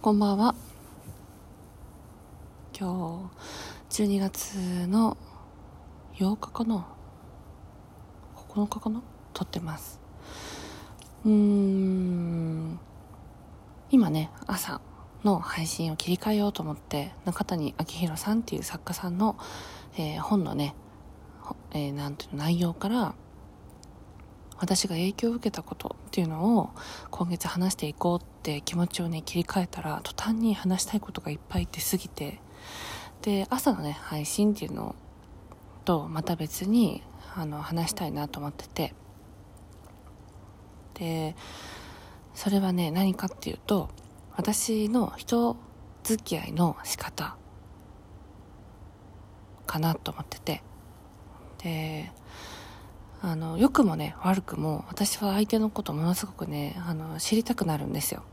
こんばんは。今日12月の8日かな9日かな撮ってます。今ね、朝の配信を切り替えようと思って中谷昭弘さんっていう作家さんの、本のね、なんていうの内容から私が影響を受けたことっていうのを今月話していこうって気持ちをね切り替えたら、途端に話したいことがいっぱい出すぎて、で朝のね配信っていうのとまた別に話したいなと思ってて、でそれはね何かっていうと、私の人付き合いの仕方かなと思ってて、で良くもね悪くも私は相手のことものすごくね知りたくなるんですよ。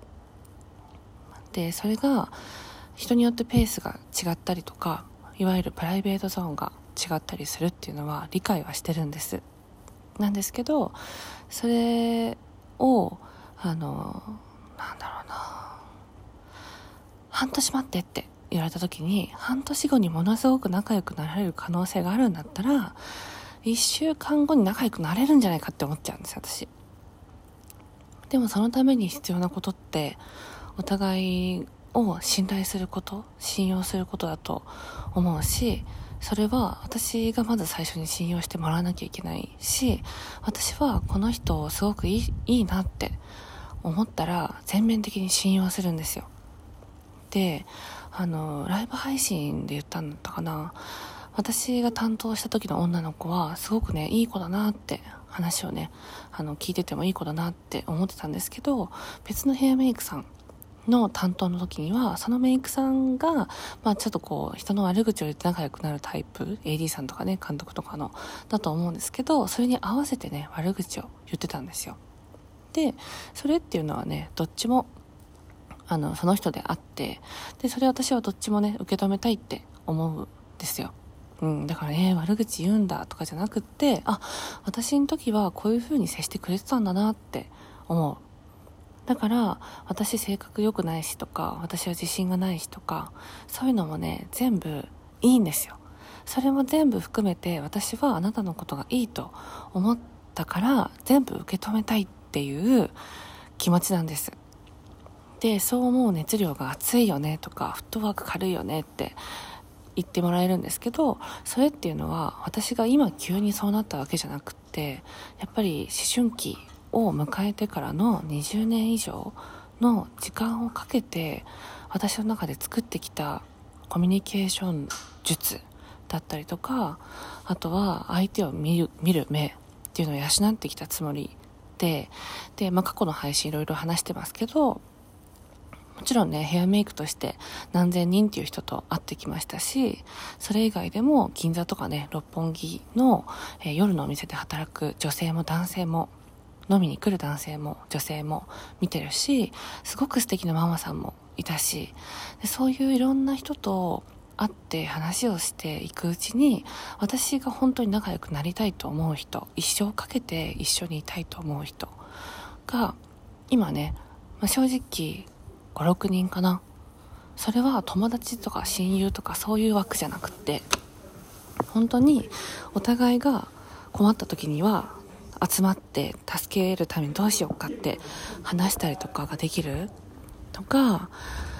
でそれが人によってペースが違ったりとか、いわゆるプライベートゾーンが違ったりするっていうのは理解はしてるんです。なんですけど、それをなんだろうな、半年待ってって言われた時に、半年後にものすごく仲良くなられる可能性があるんだったら、1週間後に仲良くなれるんじゃないかって思っちゃうんですよ、私。でもそのために必要なことって、お互いを信頼すること、信用することだと思うし、それは私がまず最初に信用してもらわなきゃいけないし、私はこの人をすごくいいなって思ったら全面的に信用するんですよ。で、ライブ配信で言ったんだったかな、私が担当した時の女の子はすごくねいい子だなって、話をね聞いててもいい子だなって思ってたんですけど、別のヘアメイクさんの担当の時には、そのメイクさんが、ちょっとこう人の悪口を言って仲良くなるタイプ、 AD さんとかね監督とかのだと思うんですけど、それに合わせてね悪口を言ってたんですよ。でそれっていうのはねどっちもその人であって、でそれ私はどっちもね受け止めたいって思うんですよ。だからね悪口言うんだとかじゃなくって、私の時はこういう風に接してくれてたんだなって思う。だから私性格良くないしとか、私は自信がないしとか、そういうのもね全部いいんですよ。それも全部含めて、私はあなたのことがいいと思ったから全部受け止めたいっていう気持ちなんです。でそう思う熱量が熱いよねとか、フットワーク軽いよねって言ってもらえるんですけど、それっていうのは私が今急にそうなったわけじゃなくって、やっぱり思春期を迎えてからの20年以上の時間をかけて私の中で作ってきたコミュニケーション術だったりとか、あとは相手を見る目っていうのを養ってきたつもりで、過去の配信いろいろ話してますけど、もちろんねヘアメイクとして何千人っていう人と会ってきましたし、それ以外でも銀座とかね六本木の、夜のお店で働く女性も男性も、飲みに来る男性も女性も見てるし、すごく素敵なママさんもいたし、でそういういろんな人と会って話をしていくうちに、私が本当に仲良くなりたいと思う人、一生かけて一緒にいたいと思う人が今ね、正直5、6人かな。それは友達とか親友とかそういう枠じゃなくって、本当にお互いが困った時には集まって助けるためにどうしようかって話したりとかができるとか、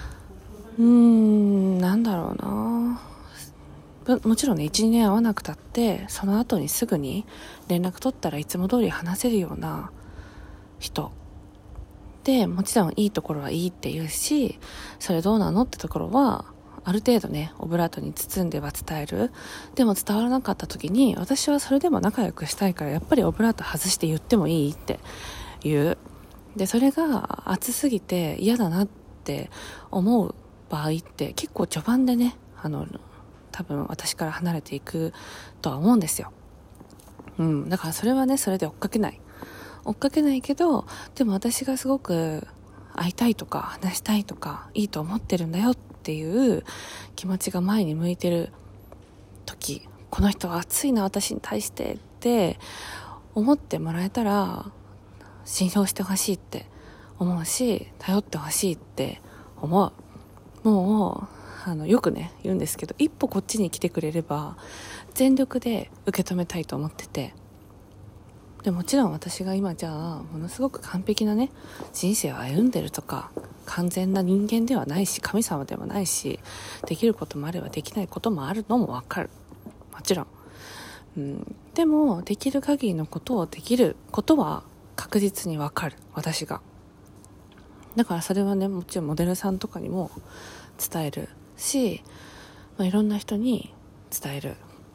なんだろうな、もちろんね 1,2 年会わなくたってその後にすぐに連絡取ったらいつも通り話せるような人で、もちろんいいところはいいって言うし、それどうなのってところはある程度ねオブラートに包んでは伝える。でも伝わらなかった時に、私はそれでも仲良くしたいからやっぱりオブラート外して言ってもいいって言う。でそれが熱すぎて嫌だなって思う場合って結構序盤でね多分私から離れていくとは思うんですよ。だからそれはねそれで追っかけないけど、でも私がすごく会いたいとか話したいとかいいと思ってるんだよっていう気持ちが前に向いてる時、この人は熱いな私に対してって思ってもらえたら信用してほしいって思うし、頼ってほしいって思う。もうよくね言うんですけど、一歩こっちに来てくれれば全力で受け止めたいと思ってて、でもちろん私が今じゃあものすごく完璧なね人生を歩んでるとか完全な人間ではないし神様でもないし、できることもあればできないこともあるのも分かる、もちろん、でもできる限りのことをできることは確実に分かる、私が。だからそれはねもちろんモデルさんとかにも伝えるし、いろんな人に伝える。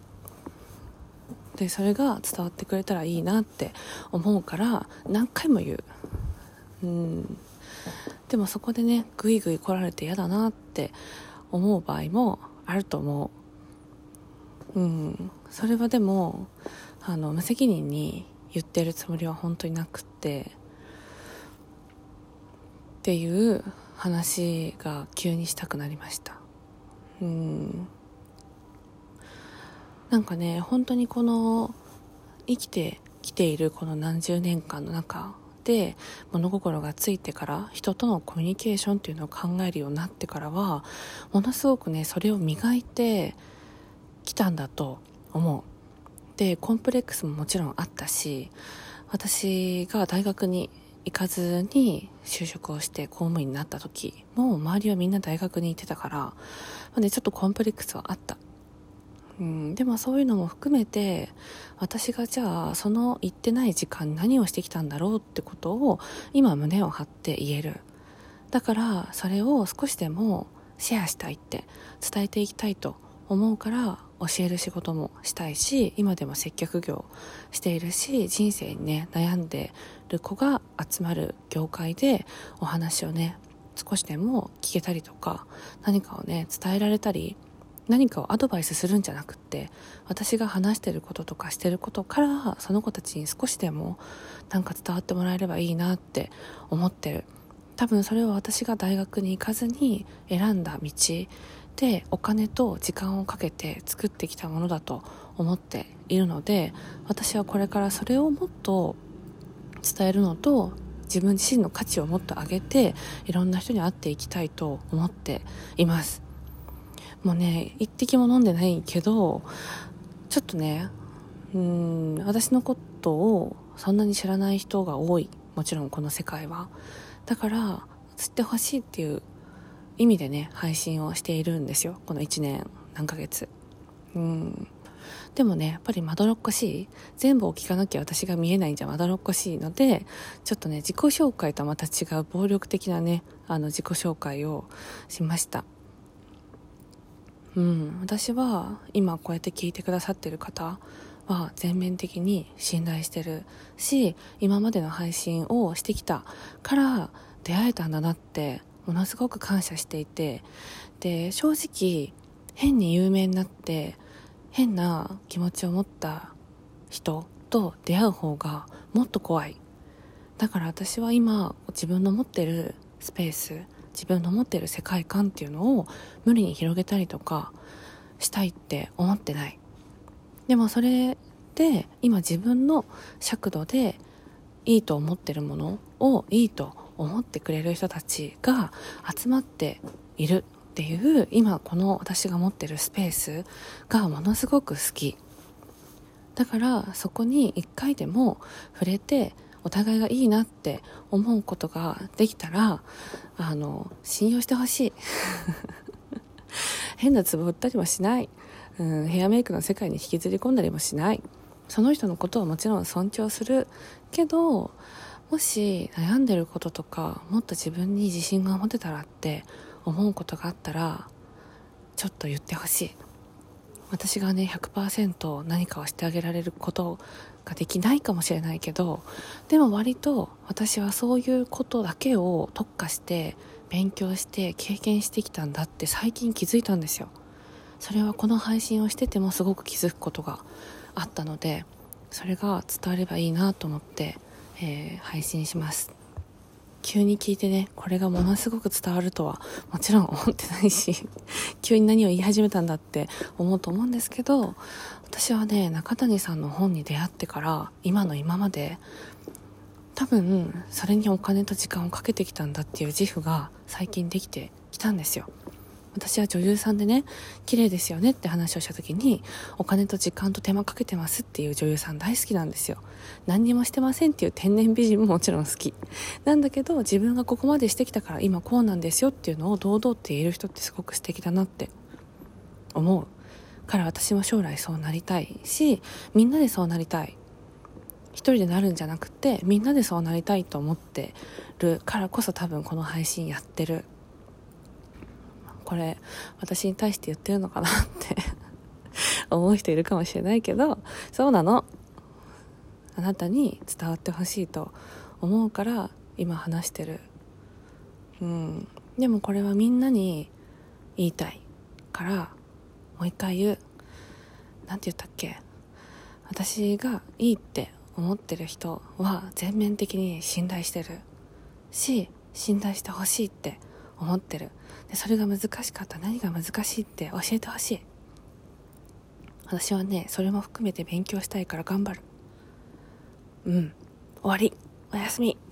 でそれが伝わってくれたらいいなって思うから何回も言う。でもそこでねグイグイ来られて嫌だなって思う場合もあると思う。それはでも無責任に言ってるつもりは本当になくっていう話が急にしたくなりました。なんかね本当にこの生きてきているこの何十年間の中で物心がついてから人とのコミュニケーションっていうのを考えるようになってからはものすごくねそれを磨いてきたんだと思う。でコンプレックスももちろんあったし、私が大学に行かずに就職をして公務員になった時も周りはみんな大学に行ってたから、ちょっとコンプレックスはあった。でもそういうのも含めて私がじゃあその行ってない時間に何をしてきたんだろうってことを今胸を張って言える。だからそれを少しでもシェアしたいって伝えていきたいと思うから教える仕事もしたいし、今でも接客業しているし、人生にね悩んでる子が集まる業界でお話をね少しでも聞けたりとか何かをね伝えられたり何かをアドバイスするんじゃなくって、私が話してることとかしてることからその子たちに少しでもなんか伝わってもらえればいいなって思ってる。多分それは私が大学に行かずに選んだ道でお金と時間をかけて作ってきたものだと思っているので、私はこれからそれをもっと伝えるのと自分自身の価値をもっと上げていろんな人に会っていきたいと思っています。もうね一滴も飲んでないけどちょっとね私のことをそんなに知らない人が多い、もちろんこの世界は。だから知ってほしいっていう意味でね配信をしているんですよ、この1年何ヶ月。でもねやっぱりまどろっこしい、全部を聞かなきゃ私が見えないんじゃまどろっこしいので、ちょっとね自己紹介とはまた違う暴力的なね自己紹介をしました。私は今こうやって聞いてくださってる方は全面的に信頼してるし、今までの配信をしてきたから出会えたんだなってものすごく感謝していて、で正直変に有名になって変な気持ちを持った人と出会う方がもっと怖い。だから私は今自分の持ってるスペース、自分の持ってる世界観っていうのを無理に広げたりとかしたいって思ってない。でもそれで今自分の尺度でいいと思ってるものをいいと思ってくれる人たちが集まっているっていう今この私が持ってるスペースがものすごく好きだから、そこに一回でも触れてお互いがいいなって思うことができたら信用してほしい変なツボ売ったりもしない、ヘアメイクの世界に引きずり込んだりもしない。その人のことをもちろん尊重するけど、もし悩んでることとかもっと自分に自信が持てたらって思うことがあったらちょっと言ってほしい。私がね 100% 何かをしてあげられることができないかもしれないけど、でも割と私はそういうことだけを特化して勉強して経験してきたんだって最近気づいたんですよ。それはこの配信をしててもすごく気づくことがあったので、それが伝わればいいなと思って、配信します。急に聞いてね、これがものすごく伝わるとはもちろん思ってないし急に何を言い始めたんだって思うと思うんですけど、私はね中谷さんの本に出会ってから今の今まで多分それにお金と時間をかけてきたんだっていう自負が最近できてきたんですよ。私は女優さんでね、綺麗ですよねって話をした時に、お金と時間と手間かけてますっていう女優さん大好きなんですよ。何にもしてませんっていう天然美人ももちろん好きなんだけど、自分がここまでしてきたから今こうなんですよっていうのを堂々って言える人ってすごく素敵だなって思うから私も将来そうなりたいし、みんなでそうなりたい。一人でなるんじゃなくてみんなでそうなりたいと思ってるからこそ多分この配信やってる。これ私に対して言ってるのかなって思う人いるかもしれないけど、そうなの。あなたに伝わってほしいと思うから今話してる。でもこれはみんなに言いたいからもう一回言う。なんて言ったっけ、私がいいって思ってる人は全面的に信頼してるし、信頼してほしいって思ってる。でそれが難しかった、何が難しいって教えてほしい。私はね、それも含めて勉強したいから頑張る。終わり。おやすみ。